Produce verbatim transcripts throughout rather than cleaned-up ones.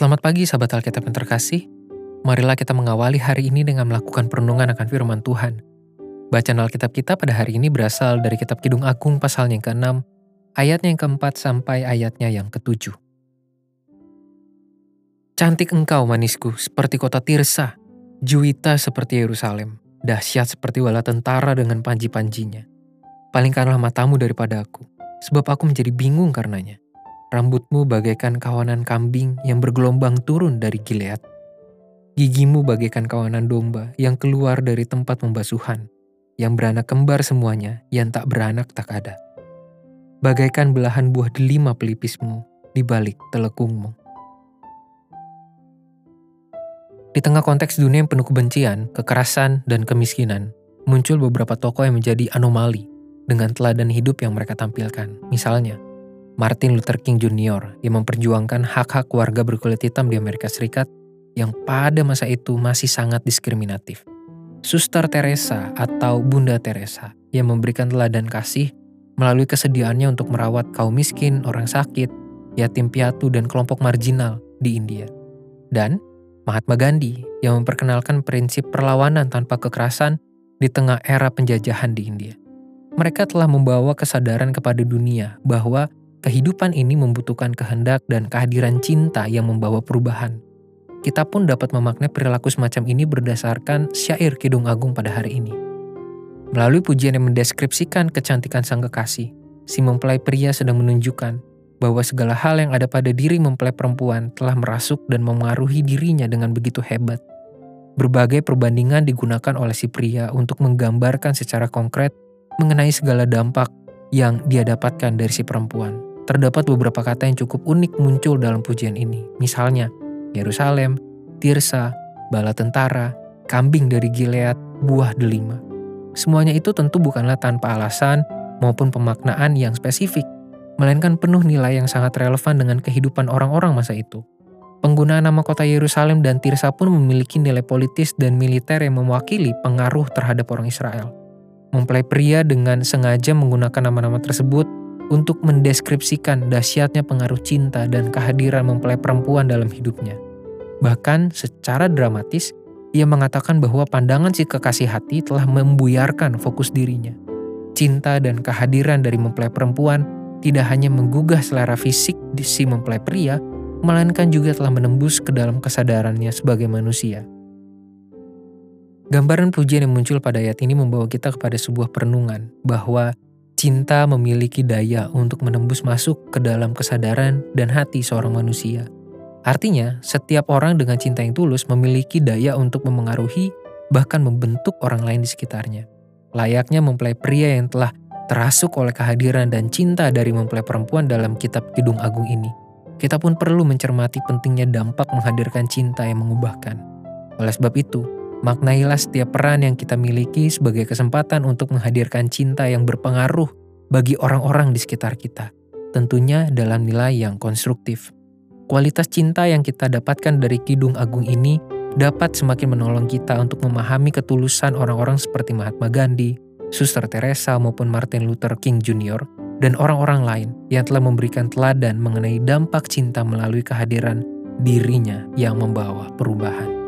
Selamat pagi sahabat Alkitab yang terkasih. Marilah kita mengawali hari ini dengan melakukan perenungan akan firman Tuhan. Bacaan Alkitab kita pada hari ini berasal dari kitab Kidung Agung pasalnya yang keenam, ayatnya yang keempat sampai ayatnya yang ketujuh. Cantik engkau manisku seperti kota Tirsa, juwita seperti Yerusalem, dahsyat seperti bala tentara dengan panji-panjinya. Palingkanlah matamu daripada aku, sebab aku menjadi bingung karenanya. Rambutmu bagaikan kawanan kambing yang bergelombang turun dari Gilead. Gigimu bagaikan kawanan domba yang keluar dari tempat pembasuhan, yang beranak kembar semuanya, yang tak beranak tak ada. Bagaikan belahan buah delima pelipismu di balik telekungmu. Di tengah konteks dunia yang penuh kebencian, kekerasan, dan kemiskinan, muncul beberapa tokoh yang menjadi anomali dengan teladan hidup yang mereka tampilkan. Misalnya, Martin Luther King Junior yang memperjuangkan hak-hak warga berkulit hitam di Amerika Serikat yang pada masa itu masih sangat diskriminatif. Suster Teresa atau Bunda Teresa yang memberikan teladan kasih melalui kesediaannya untuk merawat kaum miskin, orang sakit, yatim piatu, dan kelompok marginal di India. Dan Mahatma Gandhi yang memperkenalkan prinsip perlawanan tanpa kekerasan di tengah era penjajahan di India. Mereka telah membawa kesadaran kepada dunia bahwa kehidupan ini membutuhkan kehendak dan kehadiran cinta yang membawa perubahan. Kita pun dapat memaknai perilaku semacam ini berdasarkan syair Kidung Agung pada hari ini. Melalui pujian yang mendeskripsikan kecantikan sang kekasih, si mempelai pria sedang menunjukkan bahwa segala hal yang ada pada diri mempelai perempuan telah merasuk dan memengaruhi dirinya dengan begitu hebat. Berbagai perbandingan digunakan oleh si pria untuk menggambarkan secara konkret mengenai segala dampak yang dia dapatkan dari si perempuan. Terdapat beberapa kata yang cukup unik muncul dalam pujian ini. Misalnya, Yerusalem, Tirsa, bala tentara, kambing dari Gilead, buah delima. Semuanya itu tentu bukanlah tanpa alasan maupun pemaknaan yang spesifik, melainkan penuh nilai yang sangat relevan dengan kehidupan orang-orang masa itu. Penggunaan nama kota Yerusalem dan Tirsa pun memiliki nilai politis dan militer yang mewakili pengaruh terhadap orang Israel. Mempelai pria dengan sengaja menggunakan nama-nama tersebut untuk mendeskripsikan dahsyatnya pengaruh cinta dan kehadiran mempelai perempuan dalam hidupnya. Bahkan secara dramatis, ia mengatakan bahwa pandangan si kekasih hati telah membuyarkan fokus dirinya. Cinta dan kehadiran dari mempelai perempuan tidak hanya menggugah selera fisik di si mempelai pria, melainkan juga telah menembus ke dalam kesadarannya sebagai manusia. Gambaran pujian yang muncul pada ayat ini membawa kita kepada sebuah perenungan bahwa cinta memiliki daya untuk menembus masuk ke dalam kesadaran dan hati seorang manusia. Artinya, setiap orang dengan cinta yang tulus memiliki daya untuk memengaruhi bahkan membentuk orang lain di sekitarnya. Layaknya mempelai pria yang telah terasuk oleh kehadiran dan cinta dari mempelai perempuan dalam kitab Kidung Agung ini. Kita pun perlu mencermati pentingnya dampak menghadirkan cinta yang mengubahkan. Oleh sebab itu, maknailah setiap peran yang kita miliki sebagai kesempatan untuk menghadirkan cinta yang berpengaruh bagi orang-orang di sekitar kita. Tentunya dalam nilai yang konstruktif. Kualitas cinta yang kita dapatkan dari Kidung Agung ini dapat semakin menolong kita untuk memahami ketulusan orang-orang seperti Mahatma Gandhi, Suster Teresa maupun Martin Luther King Junior dan orang-orang lain yang telah memberikan teladan mengenai dampak cinta melalui kehadiran dirinya yang membawa perubahan.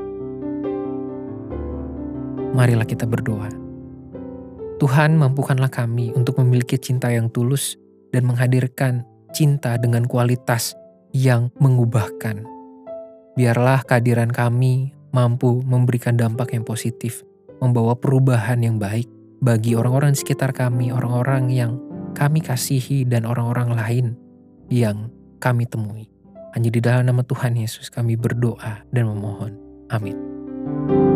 Marilah kita berdoa. Tuhan, mampukanlah kami untuk memiliki cinta yang tulus dan menghadirkan cinta dengan kualitas yang mengubahkan. Biarlah kehadiran kami mampu memberikan dampak yang positif, membawa perubahan yang baik bagi orang-orang di sekitar kami, orang-orang yang kami kasihi dan orang-orang lain yang kami temui. Hanya di dalam nama Tuhan Yesus kami berdoa dan memohon. Amin.